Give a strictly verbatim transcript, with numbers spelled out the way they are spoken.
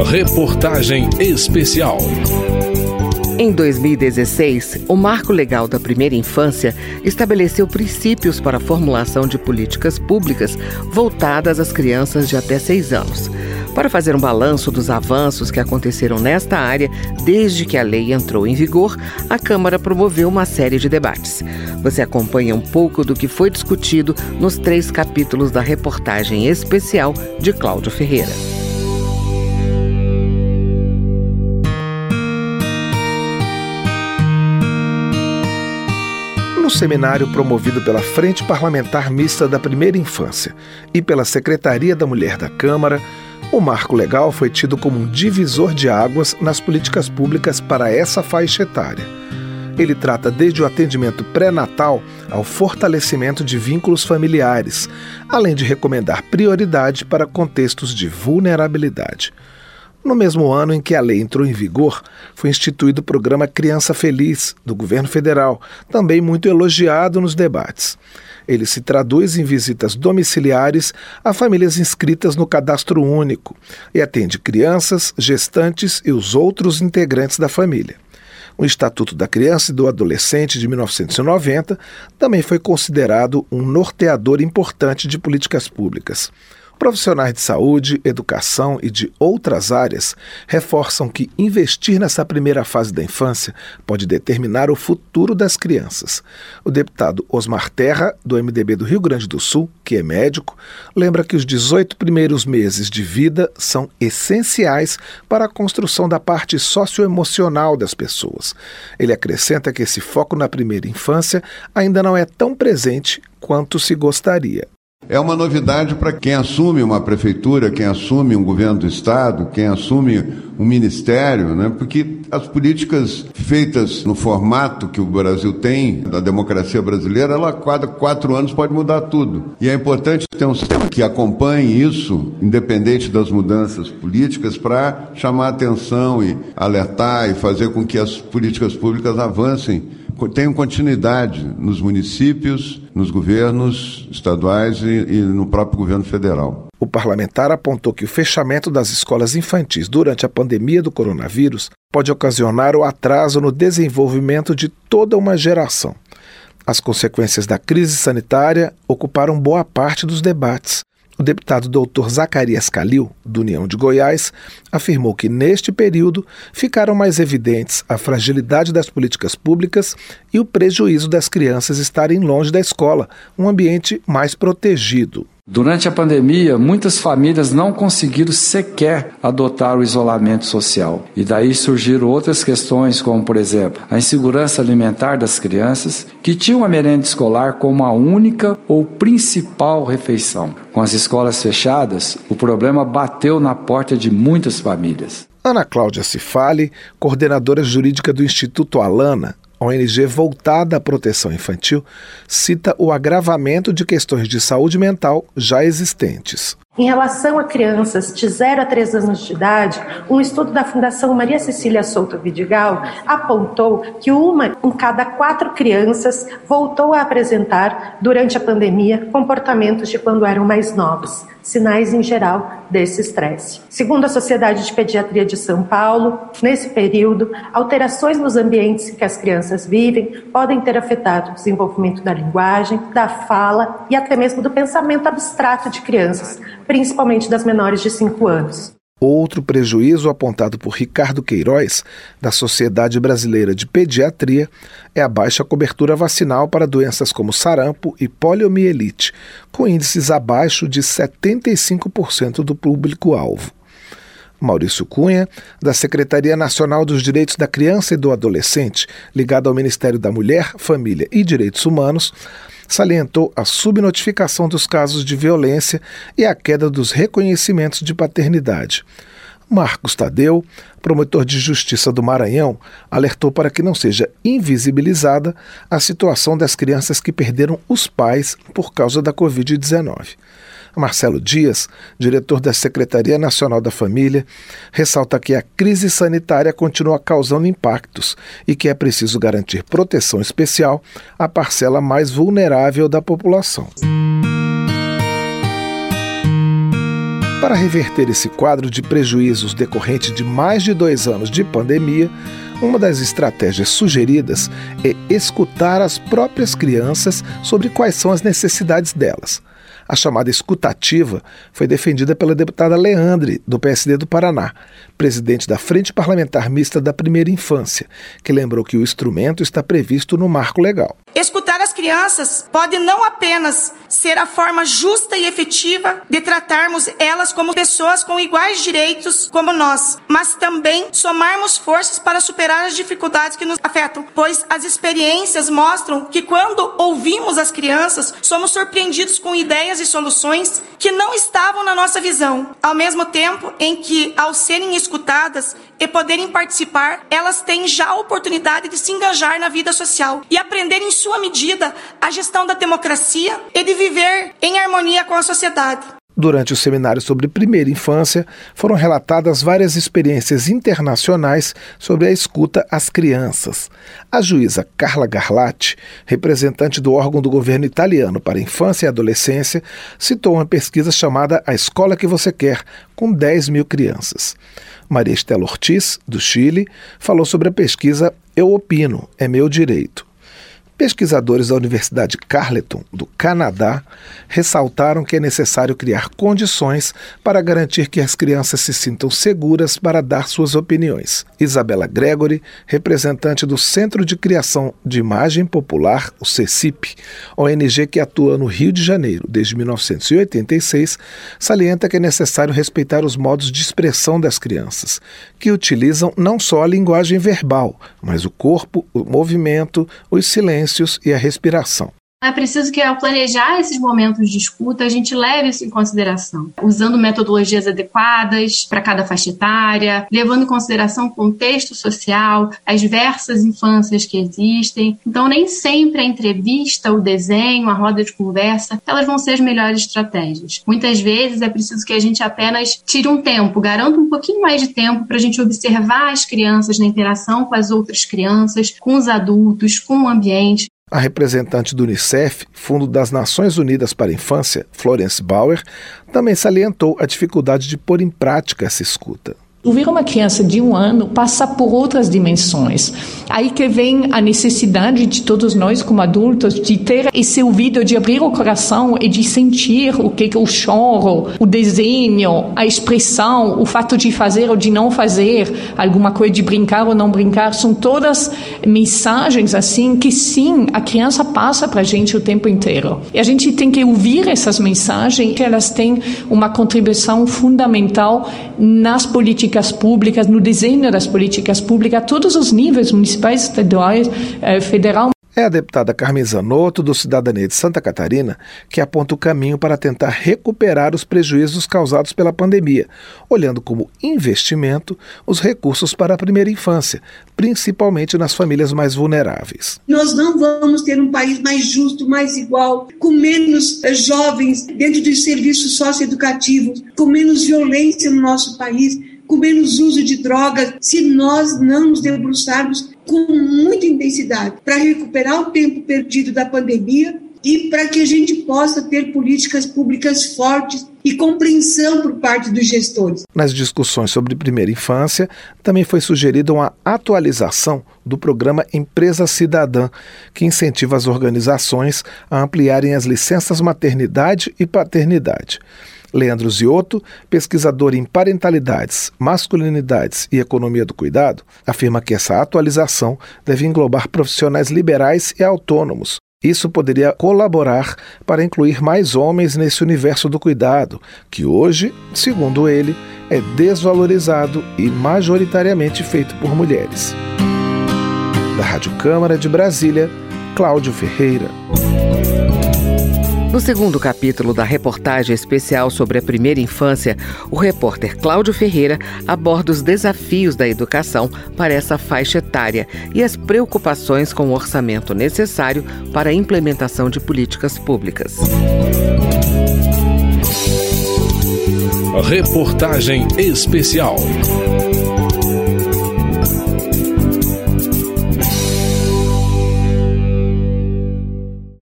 Reportagem especial. Em dois mil e dezesseis, o Marco Legal da Primeira Infância estabeleceu princípios para a formulação de políticas públicas voltadas às crianças de até seis anos. Para fazer um balanço dos avanços que aconteceram nesta área desde que a lei entrou em vigor, a Câmara promoveu uma série de debates. Você acompanha um pouco do que foi discutido nos três capítulos da reportagem especial de Cláudio Ferreira. No seminário promovido pela Frente Parlamentar Mista da Primeira Infância e pela Secretaria da Mulher da Câmara, o Marco Legal foi tido como um divisor de águas nas políticas públicas para essa faixa etária. Ele trata desde o atendimento pré-natal ao fortalecimento de vínculos familiares, além de recomendar prioridade para contextos de vulnerabilidade. No mesmo ano em que a lei entrou em vigor, foi instituído o programa Criança Feliz, do governo federal, também muito elogiado nos debates. Ele se traduz em visitas domiciliares a famílias inscritas no Cadastro Único e atende crianças, gestantes e os outros integrantes da família. O Estatuto da Criança e do Adolescente de mil novecentos e noventa também foi considerado um norteador importante de políticas públicas. Profissionais de saúde, educação e de outras áreas reforçam que investir nessa primeira fase da infância pode determinar o futuro das crianças. O deputado Osmar Terra, do M D B do Rio Grande do Sul, que é médico, lembra que os dezoito primeiros meses de vida são essenciais para a construção da parte socioemocional das pessoas. Ele acrescenta que esse foco na primeira infância ainda não é tão presente quanto se gostaria. É uma novidade para quem assume uma prefeitura, quem assume um governo do estado, quem assume um ministério, né? Porque as políticas feitas no formato que o Brasil tem, da democracia brasileira, ela a cada quatro anos pode mudar tudo. E é importante ter um sistema que acompanhe isso, independente das mudanças políticas, para chamar a atenção e alertar e fazer com que as políticas públicas avancem, tenham continuidade nos municípios, nos governos estaduais e, e no próprio governo federal. O parlamentar apontou que o fechamento das escolas infantis durante a pandemia do coronavírus pode ocasionar o atraso no desenvolvimento de toda uma geração. As consequências da crise sanitária ocuparam boa parte dos debates. O deputado doutor Zacarias Calil, do União de Goiás, afirmou que, neste período, ficaram mais evidentes a fragilidade das políticas públicas e o prejuízo das crianças estarem longe da escola, um ambiente mais protegido. Durante a pandemia, muitas famílias não conseguiram sequer adotar o isolamento social. E daí surgiram outras questões, como, por exemplo, a insegurança alimentar das crianças, que tinham a merenda escolar como a única ou principal refeição. Com as escolas fechadas, o problema bateu na porta de muitas famílias. Ana Cláudia Cifali, coordenadora jurídica do Instituto Alana, O N G voltada à proteção infantil, cita o agravamento de questões de saúde mental já existentes. Em relação a crianças de zero a três anos de idade, um estudo da Fundação Maria Cecília Souto Vidigal apontou que uma em cada quatro crianças voltou a apresentar, durante a pandemia, comportamentos de quando eram mais novos, sinais em geral desse estresse. Segundo a Sociedade de Pediatria de São Paulo, nesse período, alterações nos ambientes em que as crianças vivem podem ter afetado o desenvolvimento da linguagem, da fala e até mesmo do pensamento abstrato de crianças, principalmente das menores de cinco anos. Outro prejuízo apontado por Ricardo Queiroz, da Sociedade Brasileira de Pediatria, é a baixa cobertura vacinal para doenças como sarampo e poliomielite, com índices abaixo de setenta e cinco por cento do público-alvo. Maurício Cunha, da Secretaria Nacional dos Direitos da Criança e do Adolescente, ligado ao Ministério da Mulher, Família e Direitos Humanos, salientou a subnotificação dos casos de violência e a queda dos reconhecimentos de paternidade. Marcos Tadeu, promotor de Justiça do Maranhão, alertou para que não seja invisibilizada a situação das crianças que perderam os pais por causa da covid dezenove. Marcelo Dias, diretor da Secretaria Nacional da Família, ressalta que a crise sanitária continua causando impactos e que é preciso garantir proteção especial à parcela mais vulnerável da população. Para reverter esse quadro de prejuízos decorrente de mais de dois anos de pandemia, uma das estratégias sugeridas é escutar as próprias crianças sobre quais são as necessidades delas. A chamada escutativa foi defendida pela deputada Leandre, do P S D do Paraná, presidente da Frente Parlamentar Mista da Primeira Infância, que lembrou que o instrumento está previsto no Marco Legal. Escutar as crianças pode não apenas ser a forma justa e efetiva de tratarmos elas como pessoas com iguais direitos como nós, mas também somarmos forças para superar as dificuldades que nos afetam, pois as experiências mostram que quando ouvimos as crianças, somos surpreendidos com ideias e soluções que não estavam na nossa visão, ao mesmo tempo em que, ao serem escutadas e poderem participar, elas têm já a oportunidade de se engajar na vida social e aprender em sua medida a gestão da democracia e de viver em harmonia com a sociedade. Durante o seminário sobre primeira infância, foram relatadas várias experiências internacionais sobre a escuta às crianças. A juíza Carla Garlatti, representante do órgão do governo italiano para a infância e adolescência, citou uma pesquisa chamada A Escola que Você Quer, com dez mil crianças. Maria Estela Ortiz, do Chile, falou sobre a pesquisa Eu Opino, é Meu Direito. Pesquisadores da Universidade Carleton, do Canadá, ressaltaram que é necessário criar condições para garantir que as crianças se sintam seguras para dar suas opiniões. Isabela Gregory, representante do Centro de Criação de Imagem Popular, o CECIP, O N G que atua no Rio de Janeiro desde mil novecentos e oitenta e seis, salienta que é necessário respeitar os modos de expressão das crianças, que utilizam não só a linguagem verbal, mas o corpo, o movimento, os silêncios e a respiração. É preciso que, ao planejar esses momentos de escuta, a gente leve isso em consideração, usando metodologias adequadas para cada faixa etária, levando em consideração o contexto social, as diversas infâncias que existem. Então, nem sempre a entrevista, o desenho, a roda de conversa, elas vão ser as melhores estratégias. Muitas vezes é preciso que a gente apenas tire um tempo, garanta um pouquinho mais de tempo para a gente observar as crianças na interação com as outras crianças, com os adultos, com o ambiente. A representante do Unicef, Fundo das Nações Unidas para a Infância, Florence Bauer, também salientou a dificuldade de pôr em prática essa escuta. Ouvir uma criança de um ano passa por outras dimensões. Aí que vem a necessidade de todos nós, como adultos, de ter esse ouvido, de abrir o coração e de sentir o que é o choro, o desenho, a expressão, o fato de fazer ou de não fazer, alguma coisa de brincar ou não brincar. São todas mensagens assim que sim, a criança passa para a gente o tempo inteiro. E a gente tem que ouvir essas mensagens, que elas têm uma contribuição fundamental nas políticas públicas, no desenho das políticas públicas, a todos os níveis, municipais, estaduais, eh, federal. É a deputada Carmen Zanotto, do Cidadania de Santa Catarina, que aponta o caminho para tentar recuperar os prejuízos causados pela pandemia, olhando como investimento os recursos para a primeira infância, principalmente nas famílias mais vulneráveis. Nós não vamos ter um país mais justo, mais igual, com menos eh, jovens dentro dos serviços socioeducativos, com menos violência no nosso país, com menos uso de drogas, se nós não nos debruçarmos com muita intensidade para recuperar o tempo perdido da pandemia e para que a gente possa ter políticas públicas fortes e compreensão por parte dos gestores. Nas discussões sobre primeira infância, também foi sugerida uma atualização do programa Empresa Cidadã, que incentiva as organizações a ampliarem as licenças maternidade e paternidade. Leandro Ziotto, pesquisador em parentalidades, masculinidades e economia do cuidado, afirma que essa atualização deve englobar profissionais liberais e autônomos. Isso poderia colaborar para incluir mais homens nesse universo do cuidado, que hoje, segundo ele, é desvalorizado e majoritariamente feito por mulheres. Da Rádio Câmara de Brasília, Cláudio Ferreira. No segundo capítulo da reportagem especial sobre a primeira infância, o repórter Cláudio Ferreira aborda os desafios da educação para essa faixa etária e as preocupações com o orçamento necessário para a implementação de políticas públicas. Reportagem especial.